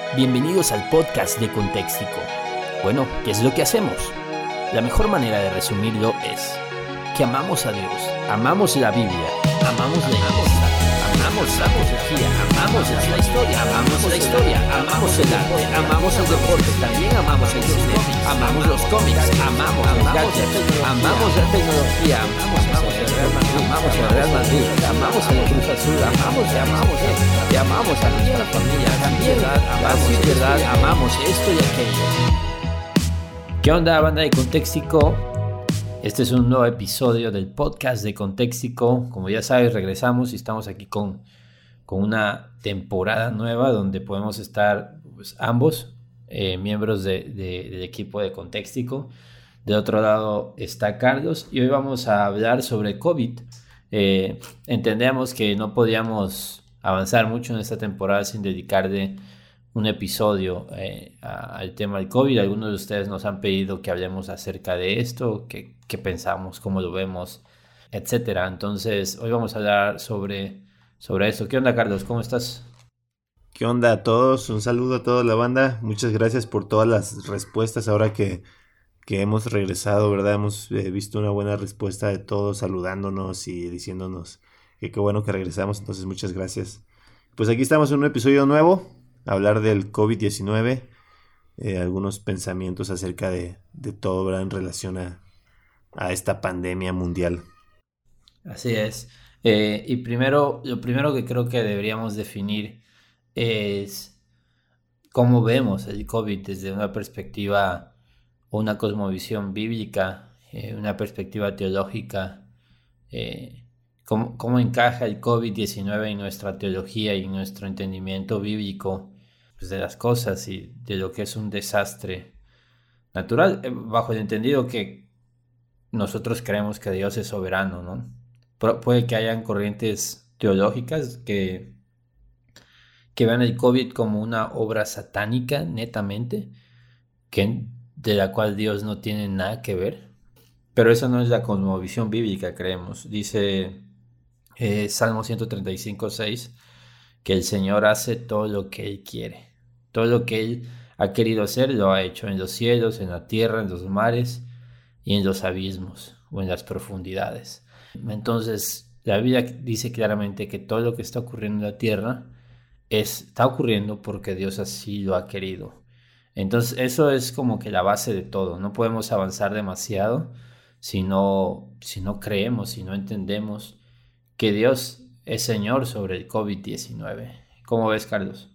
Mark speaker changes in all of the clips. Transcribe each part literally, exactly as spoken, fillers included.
Speaker 1: Bienvenidos al podcast de Contextico. Bueno, ¿qué es lo que hacemos? La mejor manera de resumirlo es que amamos a Dios, amamos la Biblia, amamos la iglesia, amamos la teología, amamos la historia, amamos la historia, amamos el arte, amamos el deporte, también amamos el cine, amamos los cómics, amamos los gadgets, amamos la tecnología, amamos el Real Madrid, amamos el Real Madrid, amamos a la Cruz Azul, amamos y amamos y amamos a nuestra familia, también amamos, verdad, amamos esto y aquello. ¿Qué onda, banda de Contextico? Este es un nuevo episodio del podcast de Contextico. Como ya sabes, regresamos y estamos aquí con, con una temporada nueva donde podemos estar pues, ambos eh, miembros de, de, del equipo de Contextico. De otro lado está Carlos y hoy vamos a hablar sobre COVID. Eh, entendemos que no podíamos avanzar mucho en esta temporada sin dedicarle un episodio eh, a, al tema del COVID. Algunos de ustedes nos han pedido que hablemos acerca de esto, qué pensamos, cómo lo vemos, etcétera. Entonces, hoy vamos a hablar sobre, sobre esto. ¿Qué onda, Carlos? ¿Cómo estás?
Speaker 2: ¿Qué onda a todos? Un saludo a toda la banda. Muchas gracias por todas las respuestas ahora que, que hemos regresado, ¿verdad? Hemos eh, visto una buena respuesta de todos saludándonos y diciéndonos que qué bueno que regresamos. Entonces, muchas gracias. Pues aquí estamos en un episodio nuevo. Hablar del COVID diecinueve, eh, algunos pensamientos acerca de, de todo, ¿verdad? En relación a, a esta pandemia mundial.
Speaker 1: Así es. Eh, y primero, lo primero que creo que deberíamos definir es cómo vemos el COVID desde una perspectiva o una cosmovisión bíblica, eh, una perspectiva teológica. Eh, cómo, cómo encaja el COVID diecinueve en nuestra teología y en nuestro entendimiento bíblico pues, de las cosas y de lo que es un desastre natural, eh, bajo el entendido que nosotros creemos que Dios es soberano, ¿no? Pu- puede que hayan corrientes teológicas que, que vean el COVID como una obra satánica netamente, que, de la cual Dios no tiene nada que ver, pero esa no es la cosmovisión bíblica, creemos. Dice eh, Salmo ciento treinta y cinco, seis, que el Señor hace todo lo que Él quiere. Todo lo que Él ha querido hacer lo ha hecho en los cielos, en la tierra, en los mares y en los abismos o en las profundidades. Entonces, la Biblia dice claramente que todo lo que está ocurriendo en la tierra es, está ocurriendo porque Dios así lo ha querido. Entonces, eso es como que la base de todo. No podemos avanzar demasiado si no, si no creemos, si no entendemos que Dios es Señor sobre el COVID diecinueve. ¿Cómo ves, Carlos?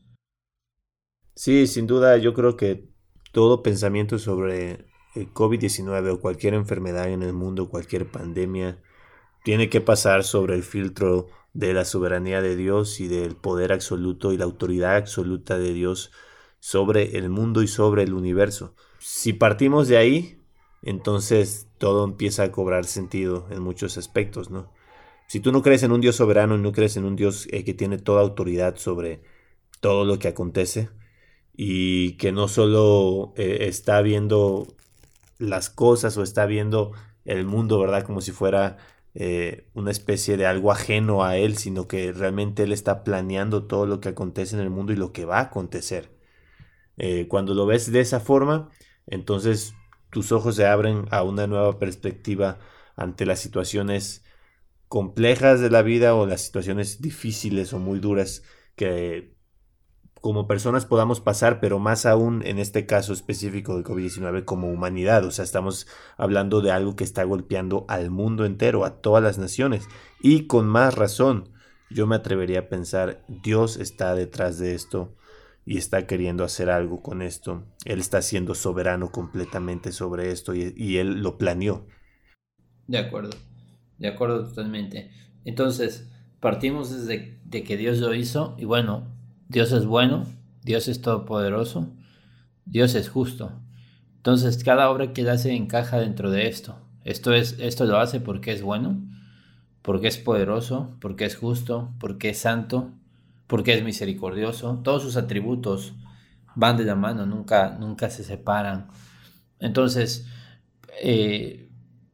Speaker 2: Sí, sin duda, yo creo que todo pensamiento sobre el COVID diecinueve o cualquier enfermedad en el mundo, cualquier pandemia, tiene que pasar sobre el filtro de la soberanía de Dios y del poder absoluto y la autoridad absoluta de Dios sobre el mundo y sobre el universo. Si partimos de ahí, entonces todo empieza a cobrar sentido en muchos aspectos, ¿no? Si tú no crees en un Dios soberano y no crees en un Dios eh, que tiene toda autoridad sobre todo lo que acontece y que no solo eh, está viendo las cosas o está viendo el mundo, ¿verdad? Como si fuera eh, una especie de algo ajeno a él, sino que realmente él está planeando todo lo que acontece en el mundo y lo que va a acontecer. Eh, cuando lo ves de esa forma, entonces tus ojos se abren a una nueva perspectiva ante las situaciones complejas de la vida o las situaciones difíciles o muy duras que como personas podamos pasar, pero más aún en este caso específico del COVID diecinueve como humanidad. O sea, estamos hablando de algo que está golpeando al mundo entero, a todas las naciones. Y con más razón, yo me atrevería a pensar, Dios está detrás de esto y está queriendo hacer algo con esto. Él está siendo soberano completamente sobre esto y, y Él lo planeó.
Speaker 1: De acuerdo, de acuerdo totalmente. Entonces, partimos desde de que Dios lo hizo y bueno, Dios es bueno, Dios es todopoderoso, Dios es justo. Entonces, cada obra que Él hace encaja dentro de esto. Esto es, esto lo hace porque es bueno, porque es poderoso, porque es justo, porque es santo, porque es misericordioso. Todos sus atributos van de la mano, nunca, nunca se separan. Entonces, eh,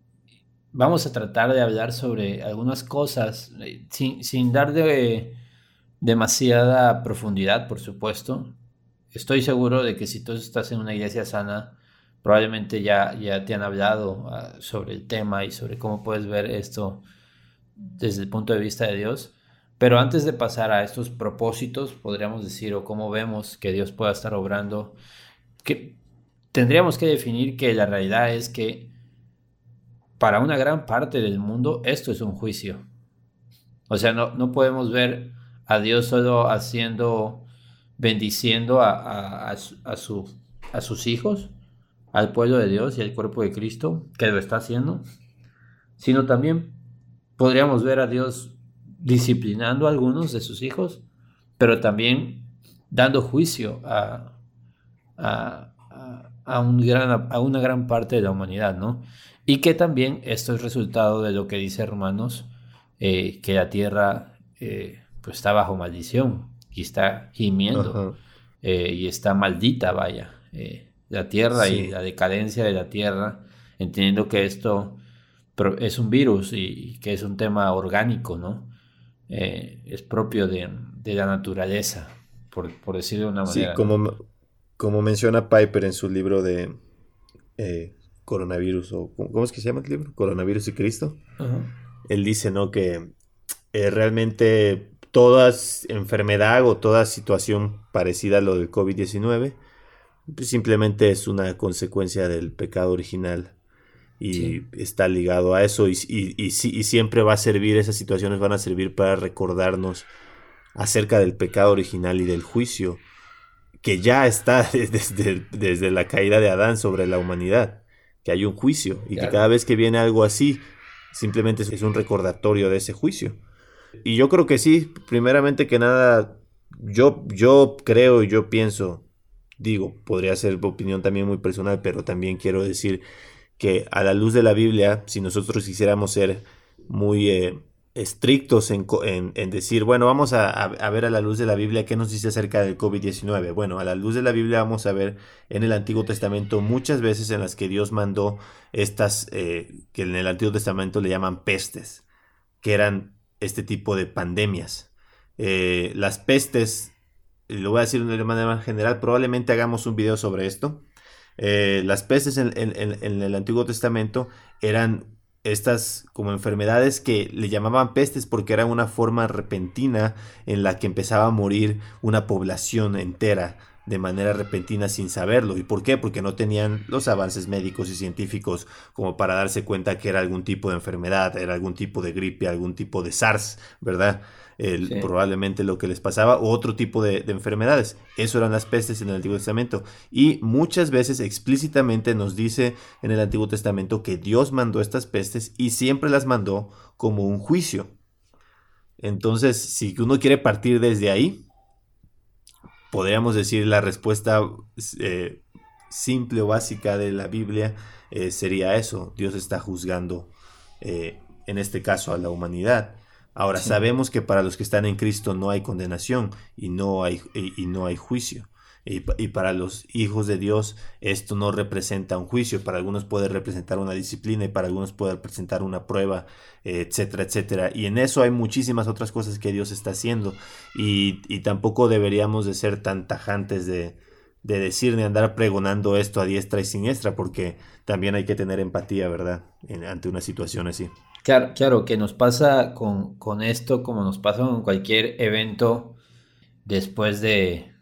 Speaker 1: vamos a tratar de hablar sobre algunas cosas eh, sin, sin dar de, demasiada profundidad, por supuesto. estoy seguro de que si tú estás en una iglesia sana, probablemente ya, ya te han hablado uh, sobre el tema y sobre cómo puedes ver esto desde el punto de vista de Dios. Pero antes de pasar a estos propósitos, podríamos decir, o cómo vemos que Dios pueda estar obrando, que tendríamos que definir que la realidad es que para una gran parte del mundo esto es un juicio. O sea, no, no podemos ver a Dios solo haciendo, bendiciendo a, a, a, su, a, su, a sus hijos, al pueblo de Dios y al cuerpo de Cristo, que lo está haciendo, sino también podríamos ver a Dios disciplinando a algunos de sus hijos, pero también dando juicio a, a, a, a, un gran, a una gran parte de la humanidad, ¿no? Y que también esto es resultado de lo que dice Romanos, eh, que la tierra eh, pues está bajo maldición y está gimiendo eh, y está maldita, vaya, eh, la tierra y
Speaker 2: Sí.
Speaker 1: la decadencia de la tierra, entendiendo que esto es un virus y, y que es un tema orgánico, ¿no? Eh, es propio de, de la naturaleza, por, por decirlo de una
Speaker 2: Sí,
Speaker 1: manera, ¿no?
Speaker 2: como, como menciona Piper en su libro de eh, Coronavirus, o ¿cómo es que se llama el libro? Coronavirus y Cristo.
Speaker 1: Uh-huh.
Speaker 2: Él dice, ¿no? Que eh, realmente toda enfermedad o toda situación parecida a lo del covid diecinueve pues simplemente es una consecuencia del pecado original y
Speaker 1: Sí,
Speaker 2: está ligado a eso y, y, y, y siempre va a servir, esas situaciones van a servir para recordarnos acerca del pecado original y del juicio que ya está desde, desde la caída de Adán sobre la humanidad, que hay un juicio y que
Speaker 1: claro.
Speaker 2: cada vez que viene algo así, simplemente es un recordatorio de ese juicio. Y yo creo que sí, primeramente que nada, yo, yo creo y yo pienso, digo, podría ser opinión también muy personal, pero también quiero decir que a la luz de la Biblia, si nosotros quisiéramos ser muy eh, estrictos en, en, en, decir, bueno, vamos a, a, ver a la luz de la Biblia qué nos dice acerca del covid diecinueve. Bueno, a la luz de la Biblia vamos a ver en el Antiguo Testamento muchas veces en las que Dios mandó estas, eh, que en el Antiguo Testamento le llaman pestes, que eran este tipo de pandemias. Eh, las pestes, lo voy a decir de manera general, probablemente hagamos un video sobre esto. Eh, las pestes en, en, en, el Antiguo Testamento eran estas como enfermedades que le llamaban pestes porque era una forma repentina en la que empezaba a morir una población entera de manera repentina sin saberlo. ¿Y por qué? Porque no tenían los avances médicos y científicos como para darse cuenta que era algún tipo de enfermedad, era algún tipo de gripe, algún tipo de SARS, ¿verdad? El,
Speaker 1: Sí.
Speaker 2: probablemente lo que les pasaba, o otro tipo de, de enfermedades. Eso eran las pestes en el Antiguo Testamento. Y muchas veces explícitamente nos dice en el Antiguo Testamento que Dios mandó estas pestes y siempre las mandó como un juicio. Entonces, si uno quiere partir desde ahí, podríamos decir la respuesta eh, simple o básica de la Biblia eh, sería eso. Dios está juzgando, eh, en este caso, a la humanidad. Ahora,
Speaker 1: Sí.
Speaker 2: sabemos que para los que están en Cristo no hay condenación y no hay, y, y no hay juicio. Y, y para los hijos de Dios esto no representa un juicio. Para algunos puede representar una disciplina y para algunos puede representar una prueba, eh, etcétera, etcétera. Y en eso hay muchísimas otras cosas que Dios está haciendo. Y, y tampoco deberíamos de ser tan tajantes de, de decir ni andar pregonando esto a diestra y siniestra, porque también hay que tener empatía, ¿verdad? En, ante una situación así.
Speaker 1: Claro, claro, que nos pasa con, con esto como nos pasa con cualquier evento después de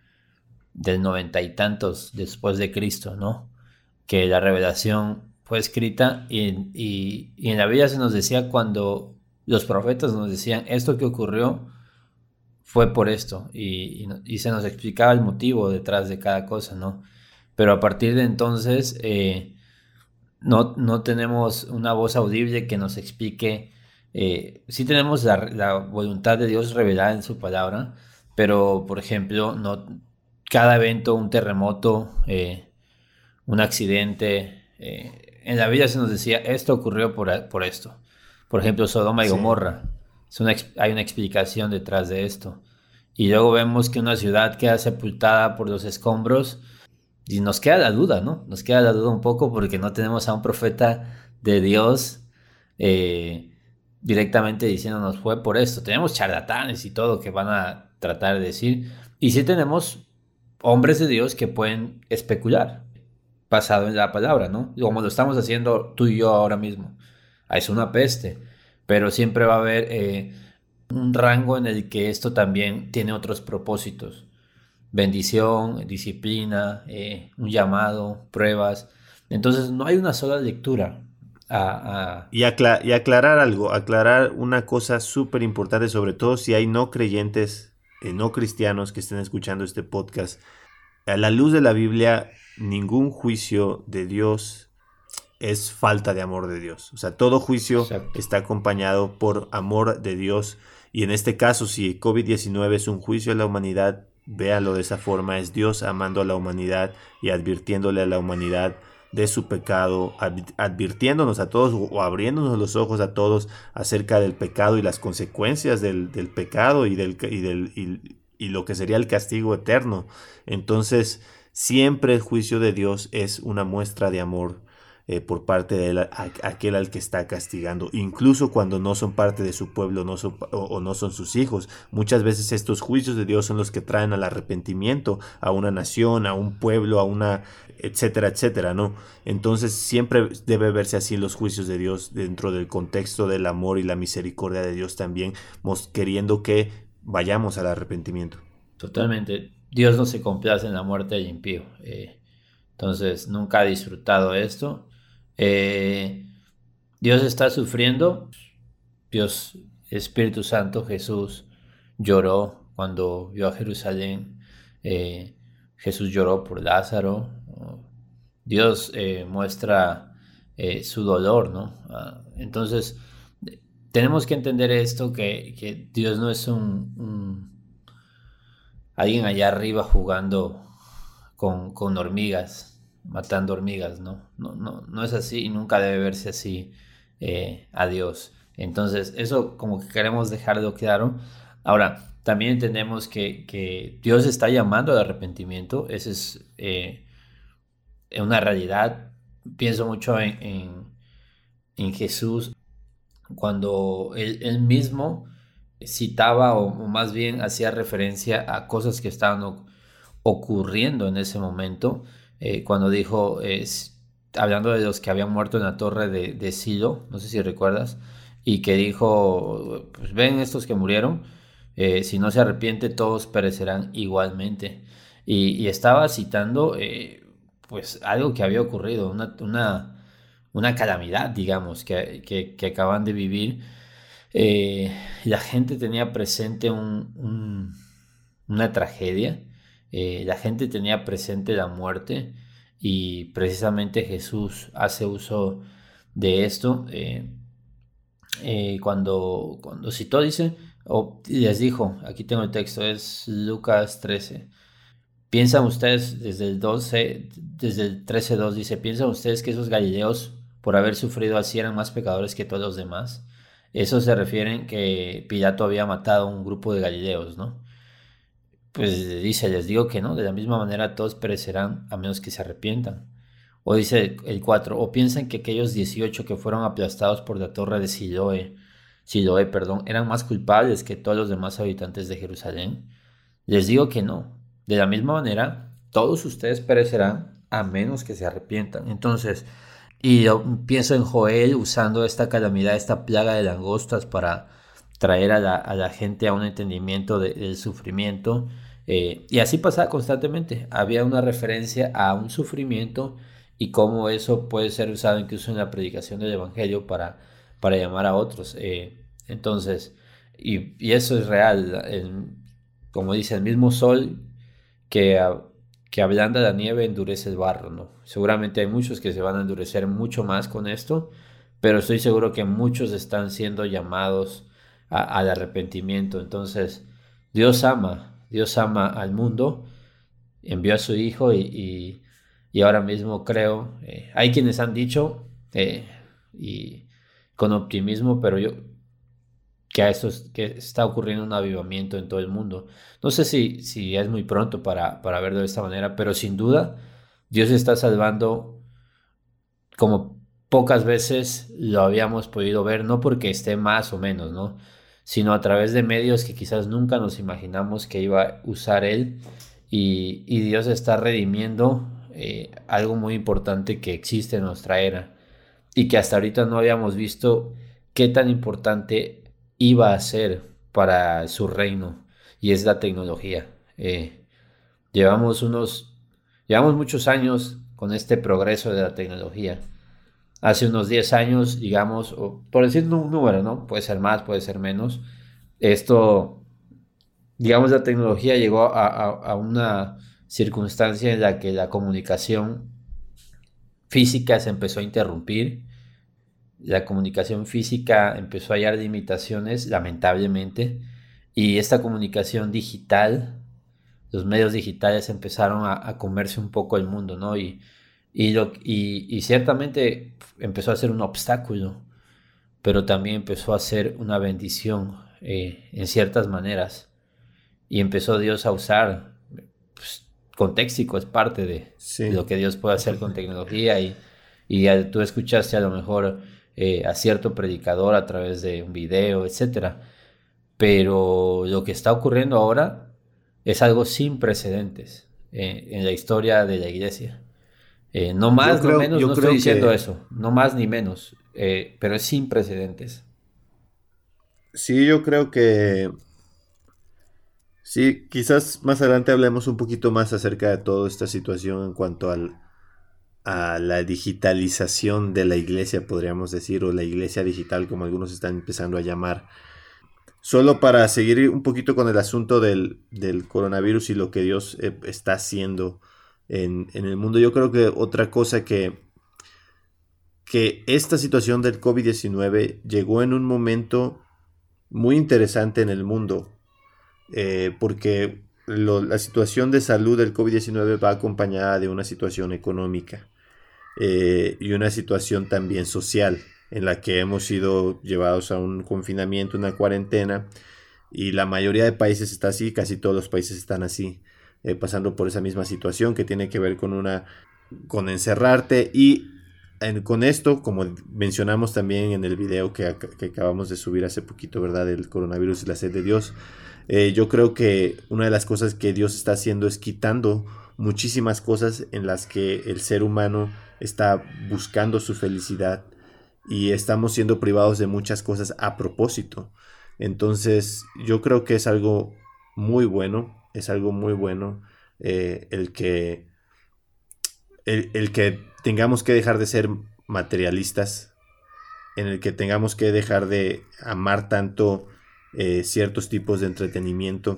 Speaker 1: del noventa y tantos después de Cristo, ¿no? Que la revelación fue escrita y, y, y en la Biblia se nos decía cuando los profetas nos decían esto que ocurrió fue por esto y, y, y se nos explicaba el motivo detrás de cada cosa, ¿no? Pero a partir de entonces eh, no, no tenemos una voz audible que nos explique, eh, sí tenemos la, la voluntad de Dios revelada en su palabra, pero por ejemplo, no, cada evento, un terremoto, eh, un accidente, eh, en la vida se nos decía, esto ocurrió por, por esto. Por ejemplo, Sodoma y
Speaker 2: Sí.
Speaker 1: Gomorra, es una, hay una explicación detrás de esto. Y luego vemos que una ciudad queda sepultada por los escombros y nos queda la duda, ¿no? Nos queda la duda un poco porque no tenemos a un profeta de Dios eh, directamente diciéndonos fue por esto. Tenemos charlatanes y todo que van a tratar de decir. Y sí tenemos hombres de Dios que pueden especular basado en la palabra, ¿no? Como lo estamos haciendo tú y yo ahora mismo. Es una peste, pero siempre va a haber eh, un rango en el que esto también tiene otros propósitos. Bendición, disciplina, eh, un llamado, pruebas. Entonces no hay una sola lectura. A, a...
Speaker 2: Y, acla- y aclarar algo, aclarar una cosa súper importante, sobre todo si hay no creyentes, eh, no cristianos que estén escuchando este podcast. A la luz de la Biblia, ningún juicio de Dios es falta de amor de Dios. O sea, todo juicio
Speaker 1: Exacto.
Speaker 2: está acompañado por amor de Dios. Y en este caso, si COVID diecinueve es un juicio a la humanidad, véalo de esa forma. Es Dios amando a la humanidad y advirtiéndole a la humanidad de su pecado, advirtiéndonos a todos o abriéndonos los ojos a todos acerca del pecado y las consecuencias del, del pecado y, del, y, del, y, y lo que sería el castigo eterno. Entonces, siempre el juicio de Dios es una muestra de amor eh, por parte de él, a, a, aquel al que está castigando, incluso cuando no son parte de su pueblo no son, o, o no son sus hijos. Muchas veces estos juicios de Dios son los que traen al arrepentimiento a una nación, a un pueblo, a una etcétera, etcétera, ¿no? Entonces siempre debe verse así los juicios de Dios dentro del contexto del amor y la misericordia de Dios también, queriendo que vayamos al arrepentimiento.
Speaker 1: Totalmente. Dios no se complace en la muerte del impío. Eh, entonces nunca ha disfrutado esto. Eh, Dios está sufriendo. Dios, Espíritu Santo, Jesús lloró cuando vio a Jerusalén. Eh, Jesús lloró por Lázaro. Dios eh, muestra eh, su dolor, ¿no? Ah, entonces, tenemos que entender esto, que, que Dios no es un, un alguien allá arriba jugando con, con hormigas, matando hormigas, ¿no? No, no, no es así y nunca debe verse así eh, a Dios. Entonces, eso como que queremos dejarlo claro. Ahora, también entendemos que, que Dios está llamando al arrepentimiento. Esa es eh, una realidad. Pienso mucho en, en, en Jesús cuando él, él mismo citaba o, o más bien hacía referencia a cosas que estaban o- ocurriendo en ese momento, eh, cuando dijo, eh, s- hablando de los que habían muerto en la torre de, de Silo, no sé si recuerdas, y que dijo, pues ven estos que murieron, eh, si no se arrepiente todos perecerán igualmente. Y, y estaba citando eh, pues algo que había ocurrido, una, una, una calamidad, digamos, que, que, que acaban de vivir. Eh, la gente tenía presente un, un- una tragedia, eh, la gente tenía presente la muerte y precisamente Jesús hace uso de esto eh, eh, cuando, cuando citó, dice, o les dijo, aquí tengo el texto, es Lucas trece. ¿Piensan ustedes, desde el doce, desde el trece dos dice, piensan ustedes que esos galileos, por haber sufrido así, eran más pecadores que todos los demás? Eso se refiere que Pilato había matado a un grupo de galileos, ¿no? Pues dice, les digo que no, de la misma manera todos perecerán a menos que se arrepientan. O dice el cuatro, o piensan que aquellos dieciocho que fueron aplastados por la torre de Siloé, Siloé, perdón, eran más culpables que todos los demás habitantes de Jerusalén. Les digo que no. De la misma manera, todos ustedes perecerán a menos que se arrepientan. Entonces, y yo pienso en Joel usando esta calamidad, esta plaga de langostas para traer a la, a la gente a un entendimiento de- del sufrimiento. Eh, y así pasaba constantemente. Había una referencia a un sufrimiento y cómo eso puede ser usado incluso en la predicación del Evangelio para, para llamar a otros. Eh, entonces, y, y eso es real. El- como dice, el mismo sol que, a- que ablanda la nieve endurece el barro, ¿no? Seguramente hay muchos que se van a endurecer mucho más con esto, pero estoy seguro que muchos están siendo llamados a- al arrepentimiento. Entonces, Dios ama, Dios ama al mundo, envió a su Hijo y, y- y ahora mismo creo, eh, hay quienes han dicho, eh, y con optimismo, pero yo que a esto es- que está ocurriendo un avivamiento en todo el mundo. No sé si, si es muy pronto para, para verlo de esta manera, pero sin duda Dios está salvando como pocas veces lo habíamos podido ver, no porque esté más o menos, ¿no? Sino a través de medios que quizás nunca nos imaginamos que iba a usar Él y, y Dios está redimiendo eh, algo muy importante que existe en nuestra era y que hasta ahorita no habíamos visto qué tan importante iba a ser para su reino, y es la tecnología. Eh, llevamos unos, llevamos muchos años con este progreso de la tecnología. Hace unos diez años, digamos, o por decir un número, ¿no? Puede ser más, puede ser menos. Esto, digamos, la tecnología llegó a, a, a una circunstancia en la que la comunicación física se empezó a interrumpir. La comunicación física empezó a hallar limitaciones, lamentablemente, y esta comunicación digital, los medios digitales empezaron a, a comerse un poco el mundo, ¿no? Y, y, lo, y, y ciertamente empezó a ser un obstáculo, pero también empezó a ser una bendición eh, en ciertas maneras. Y empezó Dios a usar, pues, contexto es parte de, de
Speaker 2: Sí.
Speaker 1: lo que Dios puede hacer con tecnología. Y, y a- tú escuchaste a lo mejor eh, a cierto predicador a través de un video, etcétera. Pero lo que está ocurriendo ahora es algo sin precedentes eh, en la historia de la iglesia. Eh, no
Speaker 2: Yo
Speaker 1: más, no
Speaker 2: creo,
Speaker 1: menos,
Speaker 2: yo
Speaker 1: no estoy
Speaker 2: creo
Speaker 1: diciendo
Speaker 2: que
Speaker 1: eso, no más ni menos, eh, pero es sin precedentes.
Speaker 2: sí, yo creo que sí, quizás más adelante hablemos un poquito más acerca de toda esta situación en cuanto al, a la digitalización de la iglesia, podríamos decir, o la iglesia digital, como algunos están empezando a llamar. Solo para seguir un poquito con el asunto del, del coronavirus y lo que Dios eh, está haciendo en, en el mundo, yo creo que otra cosa que, que esta situación del covid diecinueve llegó en un momento muy interesante en el mundo, eh, porque lo- la situación de salud del covid diecinueve va acompañada de una situación económica eh, y una situación también social en la que hemos sido llevados a un confinamiento, una cuarentena, y la mayoría de países está así, casi todos los países están así, eh, pasando por esa misma situación que tiene que ver con una, con encerrarte y en, con esto, como mencionamos también en el video que, que, acabamos de subir hace poquito, ¿verdad? El coronavirus y la sed de Dios. Eh, yo creo que una de las cosas que Dios está haciendo es quitando muchísimas cosas en las que el ser humano está buscando su felicidad y estamos siendo privados de muchas cosas a propósito. Entonces, yo creo que es algo muy bueno, es algo muy bueno eh, el que el, el que tengamos que dejar de ser materialistas, en el que tengamos que dejar de amar tanto eh, ciertos tipos de entretenimiento.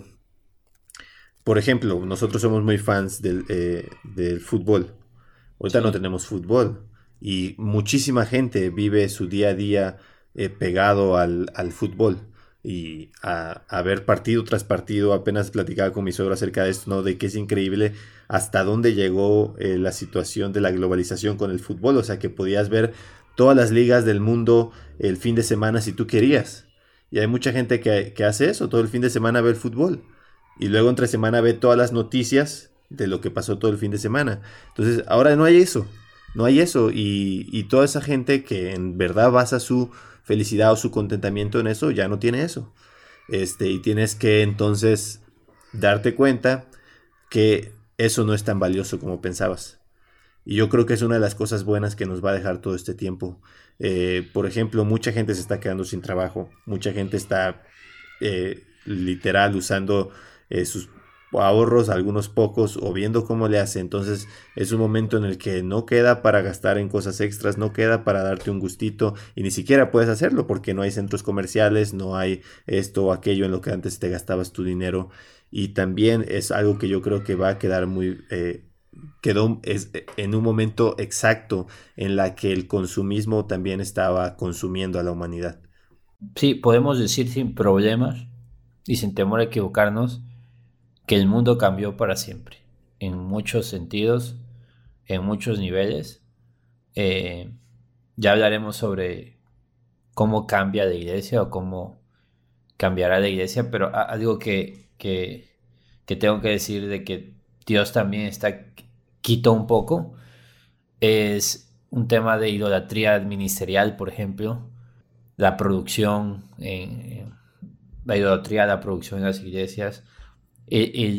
Speaker 2: Por ejemplo, nosotros somos muy fans del, eh, del fútbol. Ahorita no
Speaker 1: Sí.
Speaker 2: tenemos fútbol y muchísima gente vive su día a día eh, pegado al, al fútbol y a, a, ver partido tras partido. Apenas platicaba con mi suegro acerca de esto, ¿no? De que es increíble hasta dónde llegó eh, la situación de la globalización con el fútbol. O sea, que podías ver todas las ligas del mundo el fin de semana si tú querías. Y hay mucha gente que, que hace eso, todo el fin de semana ve el fútbol. Y luego entre semana ve todas las noticias de lo que pasó todo el fin de semana. Entonces, ahora no hay eso. No hay eso. Y, y toda esa gente que en verdad basa su felicidad o su contentamiento en eso, ya no tiene eso. Este, y tienes que entonces darte cuenta que eso no es tan valioso como pensabas. Y yo creo que es una de las cosas buenas que nos va a dejar todo este tiempo. Eh, por ejemplo, mucha gente se está quedando sin trabajo. Mucha gente está eh, literal usando eh, sus ahorros, algunos pocos, o viendo cómo le hace. Entonces es un momento en el que no queda para gastar en cosas extras, no queda para darte un gustito y ni siquiera puedes hacerlo porque no hay centros comerciales, no hay esto o aquello en lo que antes te gastabas tu dinero. Y también es algo que yo creo que va a quedar muy... Eh, quedó es, en un momento exacto en la que el consumismo también estaba consumiendo a la humanidad.
Speaker 1: Sí, podemos decir sin problemas y sin temor a equivocarnos que el mundo cambió para siempre, en muchos sentidos, en muchos niveles. Eh, ya hablaremos sobre cómo cambia la iglesia o cómo cambiará la iglesia, pero a- algo que, que, que tengo que decir de que Dios también está quito un poco es un tema de idolatría ministerial, por ejemplo, la producción, eh, la idolatría, la producción en las iglesias, el, el-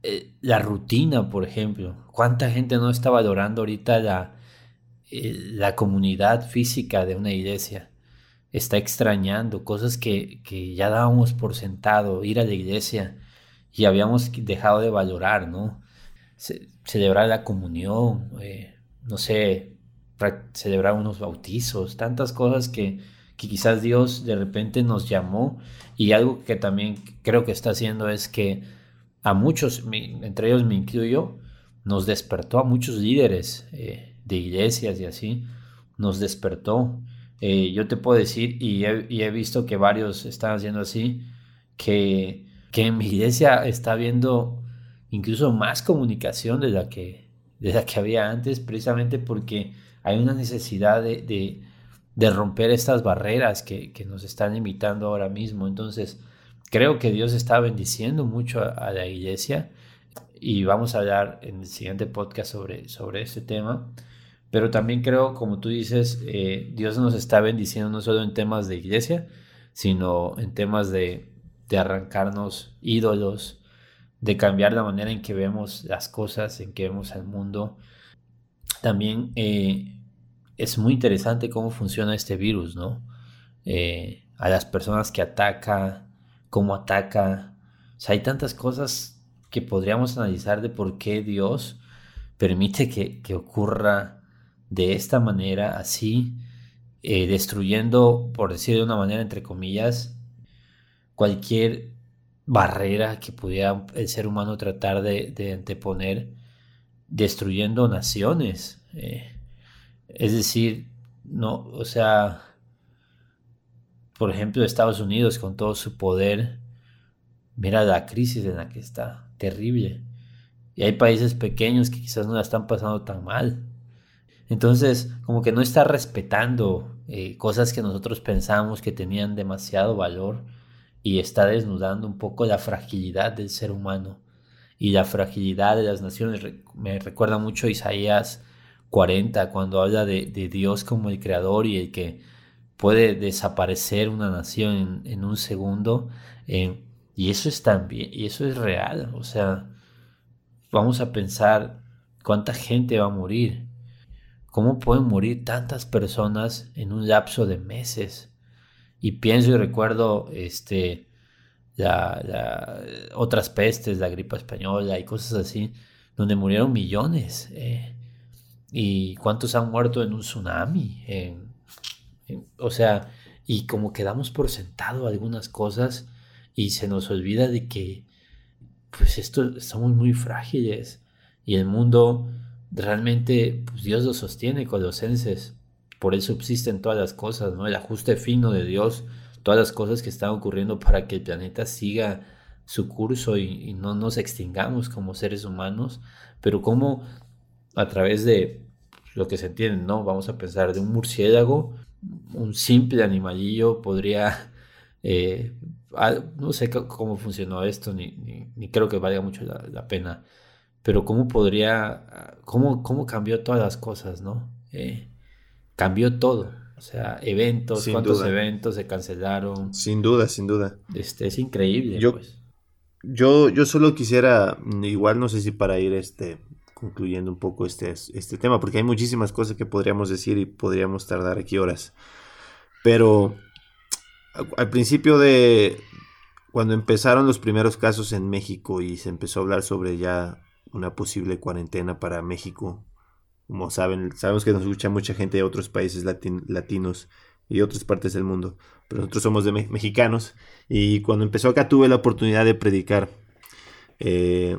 Speaker 1: eh, la rutina, por ejemplo. ¿Cuánta gente no está valorando ahorita la, eh, la comunidad física de una iglesia? Está extrañando cosas que, que ya dábamos por sentado, ir a la iglesia y habíamos dejado de valorar, ¿no? Ce- celebrar la comunión, eh, no sé, pra- celebrar unos bautizos, tantas cosas que, que quizás Dios de repente nos llamó, y algo que también creo que está haciendo es que a muchos, mi- entre ellos me incluyo, nos despertó a muchos líderes eh, de iglesias y así, nos despertó. Eh, yo te puedo decir, y he, y he visto que varios están haciendo así, que, que en mi iglesia está habiendo incluso más comunicación de la que, de la que había antes, precisamente porque hay una necesidad de, de, de romper estas barreras que, que nos están limitando ahora mismo. Entonces, creo que Dios está bendiciendo mucho a, a la iglesia, y vamos a hablar en el siguiente podcast sobre, sobre este tema. Pero también creo, como tú dices, eh, Dios nos está bendiciendo no solo en temas de iglesia, sino en temas de, de arrancarnos ídolos, de cambiar la manera en que vemos las cosas, en que vemos al mundo. También eh, es muy interesante cómo funciona este virus, ¿no? Eh, a las personas que ataca, cómo ataca. O sea, hay tantas cosas que podríamos analizar de por qué Dios permite que, que ocurra de esta manera, así, eh, destruyendo, por decir de una manera, entre comillas, cualquier barrera que pudiera el ser humano tratar de, de anteponer, destruyendo naciones. Eh, es decir, no, o sea, por ejemplo, Estados Unidos con todo su poder, mira la crisis en la que está, terrible. Y hay países pequeños que quizás no la están pasando tan mal. Entonces, como que no está respetando eh, cosas que nosotros pensamos que tenían demasiado valor, y está desnudando un poco la fragilidad del ser humano y la fragilidad de las naciones. Re- Me recuerda mucho a Isaías cuarenta, cuando habla de, de Dios como el creador y el que puede desaparecer una nación en, en un segundo. eh, y eso es también, y eso es real. O sea, vamos a pensar cuánta gente va a morir. ¿Cómo pueden morir tantas personas en un lapso de meses? Y pienso y recuerdo este, la, la- otras pestes, la gripa española y cosas así, donde murieron millones. eh, ¿Y cuántos han muerto en un tsunami? En- en- o sea, y como que damos por sentado algunas cosas y se nos olvida de que, pues esto, somos muy frágiles, y el mundo realmente, pues Dios lo sostiene. Colosenses, por él subsisten todas las cosas, ¿no? El ajuste fino de Dios, todas las cosas que están ocurriendo para que el planeta siga su curso y, y no nos extingamos como seres humanos. Pero cómo a través de lo que se entiende, ¿no? Vamos a pensar de un murciélago, un simple animalillo podría, eh, ah, no sé c- cómo funcionó esto, ni, ni, ni creo que valga mucho la, la pena, pero cómo podría, ah, cómo, cómo cambió todas las cosas, ¿no? Eh, cambió todo, o sea, eventos,
Speaker 2: Sin
Speaker 1: cuántos
Speaker 2: duda,
Speaker 1: eventos se cancelaron,
Speaker 2: sin duda, sin duda.
Speaker 1: este, es increíble,
Speaker 2: Yo,
Speaker 1: pues.
Speaker 2: yo, yo solo quisiera, mm, igual no sé si para ir este, concluyendo un poco este, este tema, porque hay muchísimas cosas que podríamos decir y podríamos tardar aquí horas. Pero a- al principio de, cuando empezaron los primeros casos en México y se empezó a hablar sobre ya una posible cuarentena para México, como saben, sabemos que nos escucha mucha gente de otros países latin- latinos y de otras partes del mundo, pero nosotros somos de me- mexicanos, y cuando empezó acá tuve la oportunidad de predicar, eh,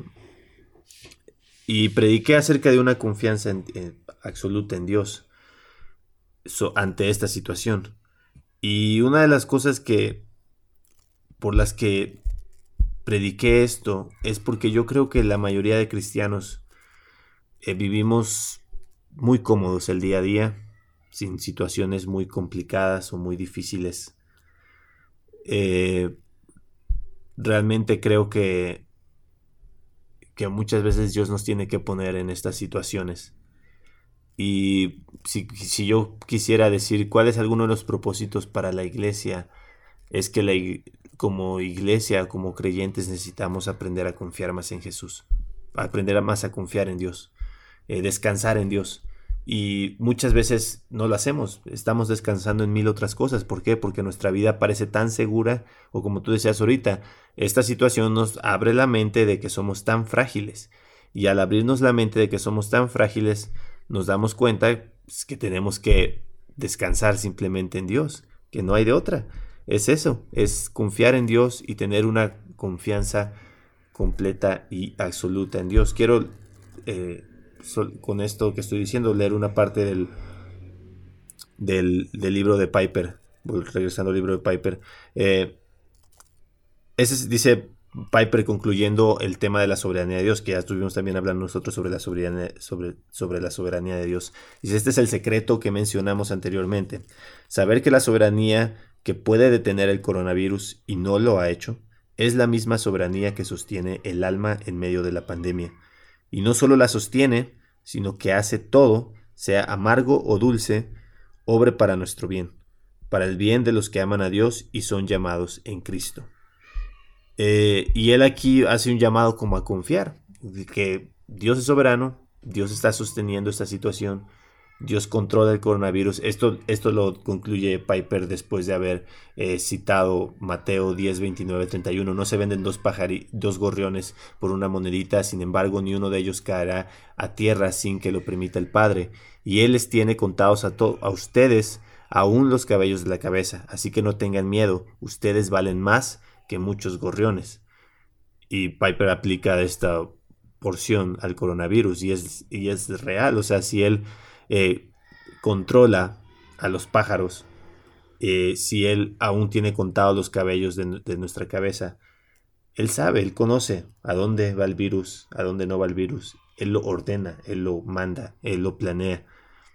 Speaker 2: y prediqué acerca de una confianza en- en- absoluta en Dios, so- ante esta situación. Y una de las cosas que por las que prediqué esto es porque yo creo que la mayoría de cristianos eh, vivimos muy cómodos el día a día, sin situaciones muy complicadas o muy difíciles. Eh, realmente creo que, que muchas veces Dios nos tiene que poner en estas situaciones. Y si, si yo quisiera decir cuál es alguno de los propósitos para la iglesia, es que la, como iglesia, como creyentes, necesitamos aprender a confiar más en Jesús, aprender a más a confiar en Dios, eh, descansar en Dios. Y muchas veces no lo hacemos, estamos descansando en mil otras cosas. ¿Por qué? Porque nuestra vida parece tan segura, o como tú decías ahorita, esta situación nos abre la mente de que somos tan frágiles. Y al abrirnos la mente de que somos tan frágiles, nos damos cuenta pues, que tenemos que descansar simplemente en Dios, que no hay de otra. Es eso, es confiar en Dios y tener una confianza completa y absoluta en Dios. Quiero... Eh, con esto que estoy diciendo, leer una parte del, del, del libro de Piper, regresando al libro de Piper. Eh, ese es, dice Piper concluyendo el tema de la soberanía de Dios, que ya estuvimos también hablando nosotros sobre la soberanía, sobre, sobre la soberanía de Dios. Dice, este es el secreto que mencionamos anteriormente. Saber que la soberanía que puede detener el coronavirus y no lo ha hecho, es la misma soberanía que sostiene el alma en medio de la pandemia. Y no solo la sostiene, sino que hace todo, sea amargo o dulce, obre para nuestro bien, para el bien de los que aman a Dios y son llamados en Cristo. Eh, y él aquí hace un llamado como a confiar, que Dios es soberano, Dios está sosteniendo esta situación, Dios controla el coronavirus. Esto, esto lo concluye Piper después de haber eh, citado Mateo diez, veintinueve, treinta y uno. No se venden dos, pajari, dos gorriones por una monedita, sin embargo ni uno de ellos caerá a tierra sin que lo permita el Padre. Y Él les tiene contados a, to- a ustedes aún los cabellos de la cabeza. Así que no tengan miedo, ustedes valen más que muchos gorriones. Y Piper aplica esta porción al coronavirus y es, y es real. O sea, si Él Eh, controla a los pájaros, eh, si Él aún tiene contados los cabellos de, de nuestra cabeza, Él sabe, Él conoce a dónde va el virus, a dónde no va el virus. Él lo ordena, Él lo manda, Él lo planea.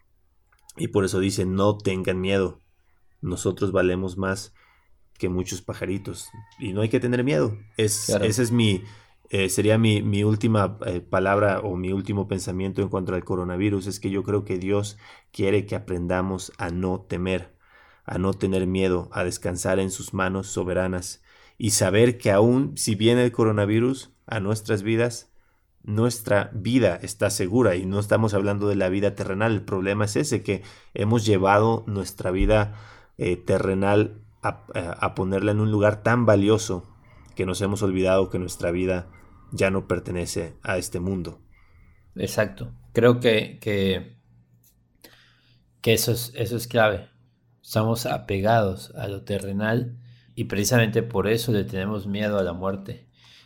Speaker 2: Y por eso dice, no tengan miedo, nosotros valemos más que muchos pajaritos. Y no hay que tener miedo. Es, claro. Ese es mi... Eh, sería mi, mi última eh, palabra o mi último pensamiento en cuanto al coronavirus. Es que yo creo que Dios quiere que aprendamos a no temer, a no tener miedo, a descansar en sus manos soberanas y saber que aún si viene el coronavirus a nuestras vidas, nuestra vida está segura. Y no estamos hablando de la vida terrenal. El problema es ese, que hemos llevado nuestra vida eh, terrenal a, a, a ponerla en un lugar tan valioso que nos hemos olvidado que nuestra vida ya no pertenece a este mundo.
Speaker 1: Exacto. Creo que, que, que eso es, eso es clave. Estamos apegados a lo terrenal y precisamente por eso le tenemos miedo a la muerte.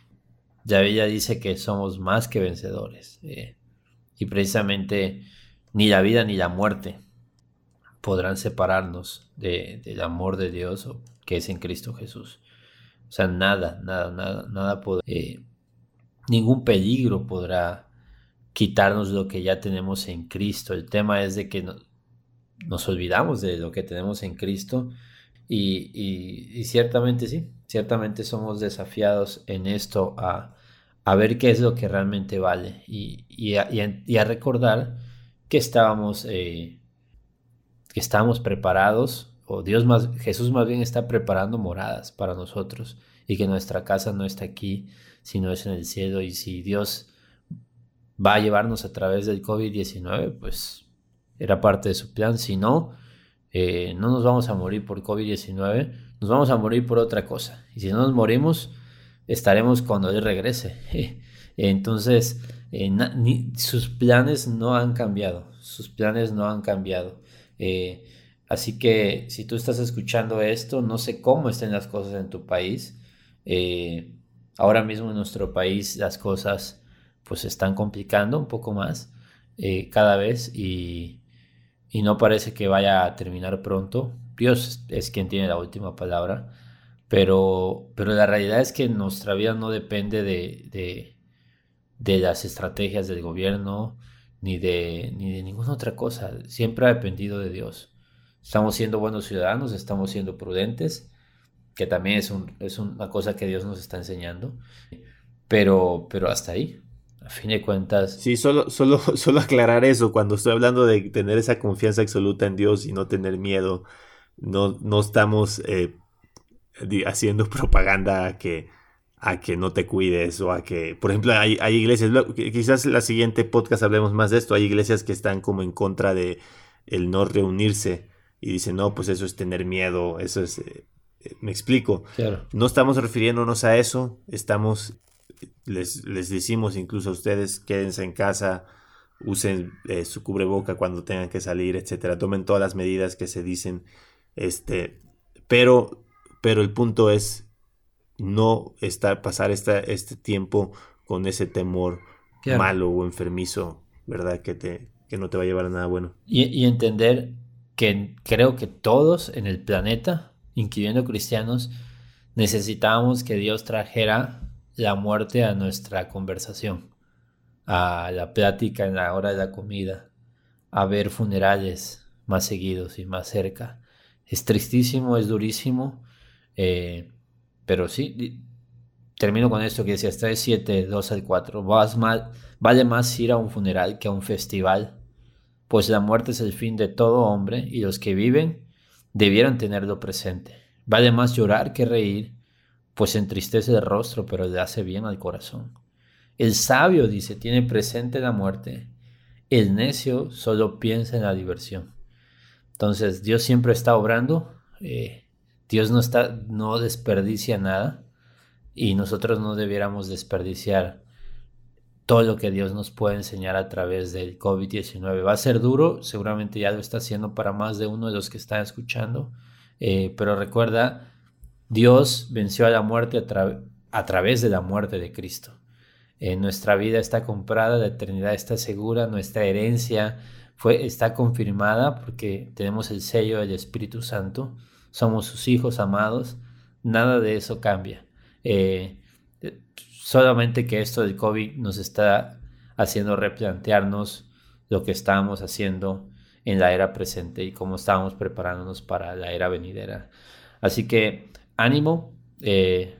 Speaker 1: Ya ella dice que somos más que vencedores. Eh, y precisamente ni la vida ni la muerte podrán separarnos de, del amor de Dios que es en Cristo Jesús. O sea, nada, nada, nada, nada podrá... Eh, Ningún peligro podrá quitarnos lo que ya tenemos en Cristo. El tema es de que no, nos olvidamos de lo que tenemos en Cristo y, y, y ciertamente sí, ciertamente somos desafiados en esto a, a ver qué es lo que realmente vale y, y, a, y, a, y a recordar que estábamos, eh, que estábamos preparados, o Dios más, Jesús más bien está preparando moradas para nosotros y que nuestra casa no está aquí, sino es en el cielo. Y si Dios va a llevarnos a través del covid diecinueve, pues era parte de su plan. Si no, eh, no nos vamos a morir por covid diecinueve, nos vamos a morir por otra cosa. Y si no nos morimos, estaremos cuando Él regrese. Entonces, eh, na, ni, sus planes no han cambiado. Sus planes no han cambiado. Eh, así que si tú estás escuchando esto, no sé cómo estén las cosas en tu país. Eh, Ahora mismo en nuestro país las cosas pues se están complicando un poco más eh, cada vez y, y no parece que vaya a terminar pronto. Dios es quien tiene la última palabra, pero, pero la realidad es que nuestra vida no depende de, de, de las estrategias del gobierno ni de, ni de ninguna otra cosa. Siempre ha dependido de Dios. Estamos siendo buenos ciudadanos, estamos siendo prudentes, que también es, un, es una cosa que Dios nos está enseñando, pero, pero hasta ahí, a fin de cuentas.
Speaker 2: Sí, solo, solo, solo aclarar eso, cuando estoy hablando de tener esa confianza absoluta en Dios y no tener miedo, no, no estamos eh, haciendo propaganda a que, a que no te cuides o a que, por ejemplo, hay, hay iglesias, quizás en la siguiente podcast hablemos más de esto, hay iglesias que están como en contra de el no reunirse y dicen, no, pues eso es tener miedo, eso es, eh, me explico.
Speaker 1: Claro.
Speaker 2: No estamos refiriéndonos a eso, estamos, les, les decimos incluso a ustedes, quédense en casa, usen eh, su cubreboca cuando tengan que salir, etcétera, tomen todas las medidas que se dicen, este, pero, pero el punto es no estar, pasar esta, este tiempo con ese temor claro. malo o enfermizo, ¿verdad? Que te, que no te va a llevar a nada bueno.
Speaker 1: Y, y entender que creo que todos en el planeta, incluyendo cristianos, necesitábamos que Dios trajera la muerte a nuestra conversación, a la plática en la hora de la comida, a ver funerales más seguidos y más cerca. Es tristísimo, es durísimo, eh, pero sí, termino con esto que decías, tres siete dos al cuatro, Vas mal, vale más ir a un funeral que a un festival, pues la muerte es el fin de todo hombre y los que viven debieran tenerlo presente. Vale más llorar que reír, pues entristece el rostro, pero le hace bien al corazón. El sabio, dice, tiene presente la muerte. El necio solo piensa en la diversión. Entonces, Dios siempre está obrando. Eh, Dios no, está, no desperdicia nada. Y nosotros no debiéramos desperdiciar todo lo que Dios nos puede enseñar a través del covid diecinueve. Va a ser duro, seguramente ya lo está haciendo para más de uno de los que están escuchando. Eh, pero recuerda, Dios venció a la muerte a, tra- a través de la muerte de Cristo. Eh, nuestra vida está comprada, la eternidad está segura, nuestra herencia fue, está confirmada porque tenemos el sello del Espíritu Santo, somos sus hijos amados, nada de eso cambia. Eh, solamente que esto del COVID nos está haciendo replantearnos lo que estábamos haciendo en la era presente y cómo estábamos preparándonos para la era venidera. Así que ánimo, eh,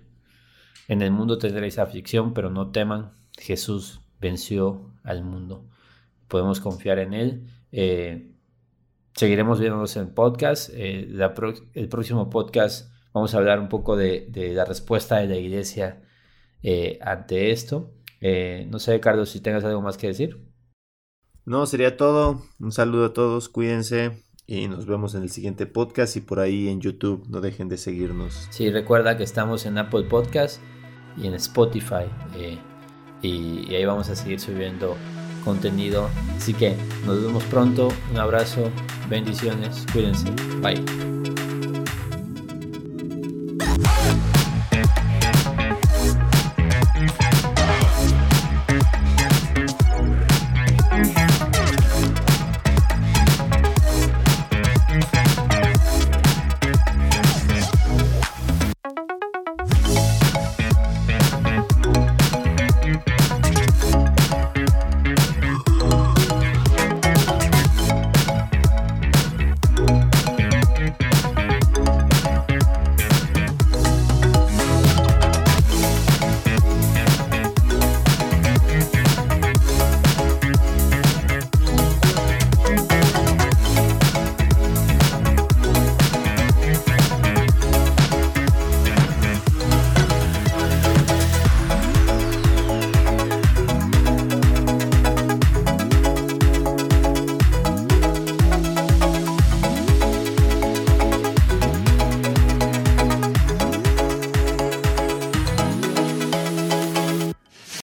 Speaker 1: en el mundo tendréis aflicción, pero no teman, Jesús venció al mundo. Podemos confiar en Él. Eh, seguiremos viéndonos en podcast. Eh, la pro- el próximo podcast vamos a hablar un poco de, de la respuesta de la iglesia eh, ante esto. Eh, no sé, Carlos, si tengas algo más que decir.
Speaker 2: No, sería todo. Un saludo a todos, cuídense. Y nos vemos en el siguiente podcast y por ahí en YouTube. No dejen de seguirnos.
Speaker 1: Sí, recuerda que estamos en Apple Podcast y en Spotify. Eh, y, y ahí vamos a seguir subiendo contenido. Así que nos vemos pronto. Un abrazo, bendiciones, cuídense. Bye.